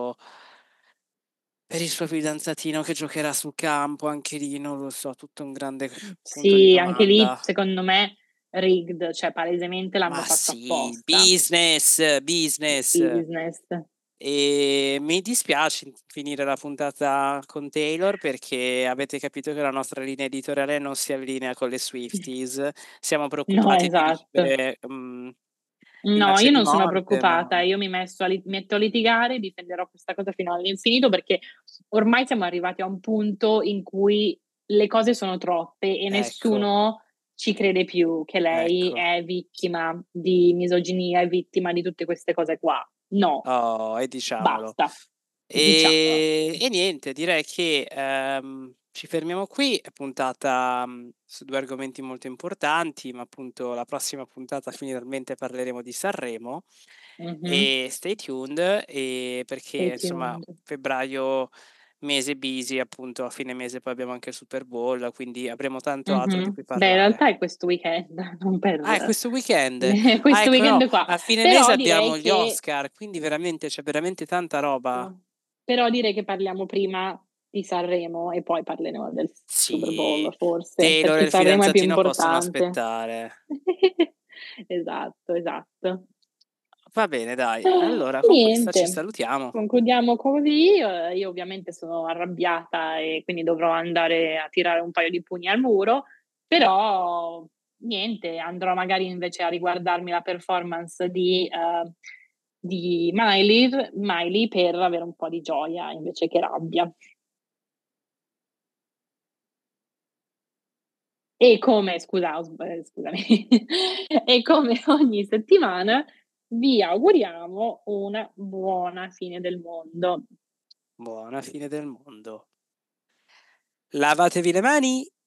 per il suo fidanzatino che giocherà sul campo, anche lì non lo so, tutto un grande punto di Sì, anche lì domanda. secondo me rigged, cioè palesemente l'hanno Ma fatto sì, apposta. business, business. Business. Mi dispiace finire la puntata con Taylor perché avete capito che la nostra linea editoriale non si allinea con le Swifties. Siamo No, preoccupati di esatto. ricevere, No, minacce io di non sono morte, ma preoccupata, io mi metto a litigare, difenderò questa cosa fino all'infinito perché ormai siamo arrivati a un punto in cui le cose sono troppe e ecco, nessuno ci crede più che lei ecco. è vittima di misoginia, è vittima di tutte queste cose qua. No, Oh, e diciamolo. basta, diciamolo. E niente, direi che, ci fermiamo qui, puntata, su 2 argomenti molto importanti, ma appunto la prossima puntata finalmente parleremo di Sanremo, Mh-mh. e stay tuned, perché Stay insomma tuned. febbraio mese busy, appunto a fine mese poi abbiamo anche il Super Bowl, quindi avremo tanto altro di Mh-mh. cui Beh, in parlare. realtà è questo weekend, non Ah, è per questo weekend? Ah, questo ecco no, weekend qua. a fine mese Però direi abbiamo gli che Oscar, quindi veramente c'è veramente tanta roba. però direi che parliamo prima di Sanremo e poi parleremo del Super Sì, Bowl forse, Taylor e perché il Sanremo è più fidanzatino possono importante. aspettare. Esatto, esatto. Va bene dai, allora con questa ci Niente, salutiamo. concludiamo così. Io ovviamente sono arrabbiata e quindi dovrò andare a tirare un paio di pugni al muro, però niente, andrò magari invece a riguardarmi la performance di Miley per avere un po' di gioia invece che rabbia. E come scusa, scusami, e come ogni settimana vi auguriamo una buona fine del mondo. Buona fine del mondo. Lavatevi le mani.